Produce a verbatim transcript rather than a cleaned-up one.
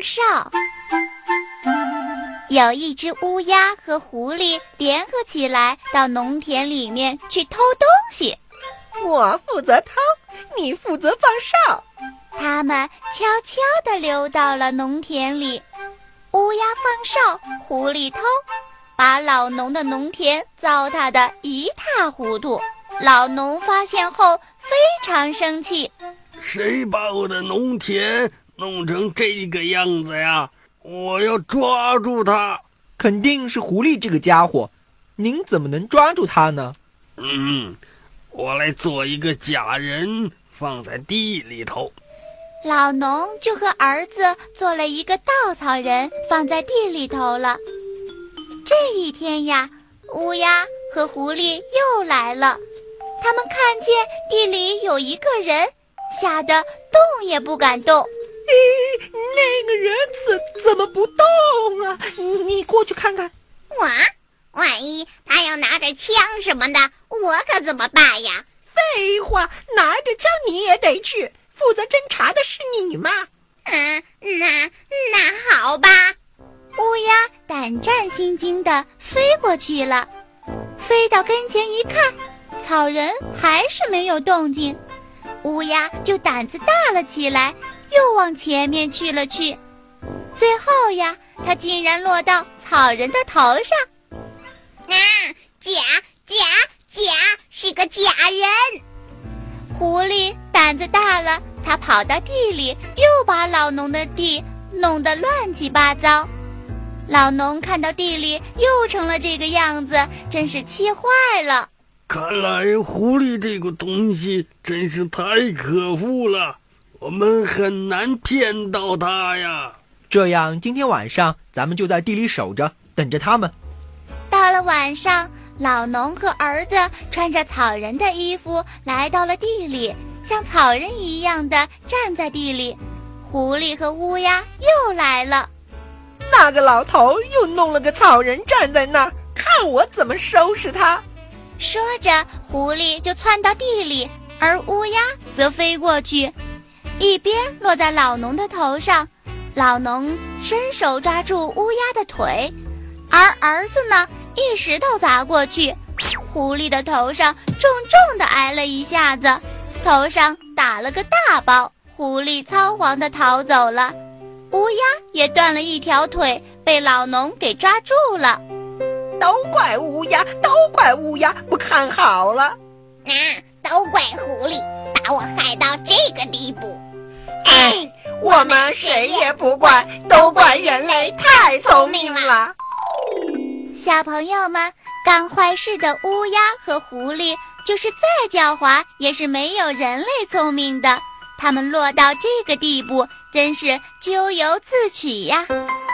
哨。有一只乌鸦和狐狸联合起来到农田里面去偷东西。 我负责偷，你负责放哨。 他们悄悄地溜到了农田里，乌鸦放哨，狐狸偷，把老农的农田糟蹋得一塌糊涂。老农发现后非常生气， 谁把我的农田弄成这个样子呀？我要抓住他。 肯定是狐狸这个家伙，您怎么能抓住他呢？ 嗯，我来做一个假人，放在地里头。 老农就和儿子做了一个稻草人，放在地里头了。这一天呀，乌鸦和狐狸又来了，他们看见地里有一个人，吓得动也不敢动。 咦，那个人怎怎么不动啊？你过去看看。 我万一他要拿着枪什么的，我可怎么办呀？ 废话，拿着枪你也得去，负责侦查的是你嘛。 嗯，那那好吧。 乌鸦胆战心惊地飞过去了，飞到跟前一看，草人还是没有动静，乌鸦就胆子大了起来，又往前面去了去。最后呀，它竟然落到草人的头上。 啊，假假假，是个假人。 狐狸胆子大了，它跑到地里，又把老农的地弄得乱七八糟。老农看到地里又成了这个样子，真是气坏了。 看来狐狸这个东西真是太可恶了，我们很难骗到它呀。 这样今天晚上咱们就在地里守着，等着他们。 到了晚上，老农和儿子穿着草人的衣服来到了地里，像草人一样的站在地里。狐狸和乌鸦又来了， 那个老头又弄了个草人站在那儿，看我怎么收拾他。 说着，狐狸就窜到地里，而乌鸦则飞过去，一边落在老农的头上。老农伸手抓住乌鸦的腿，而儿子呢，一石头砸过去，狐狸的头上重重地挨了一下子，头上打了个大包。狐狸仓皇地逃走了，乌鸦也断了一条腿，被老农给抓住了。 都怪乌鸦，都怪乌鸦，不看好了。 啊，都怪狐狸，把我害到这个地步。 哎，我们谁也不怪，都怪人类太聪明了。 小朋友们，干坏事的乌鸦和狐狸，就是再狡猾，也是没有人类聪明的。他们落到这个地步，真是咎由自取呀。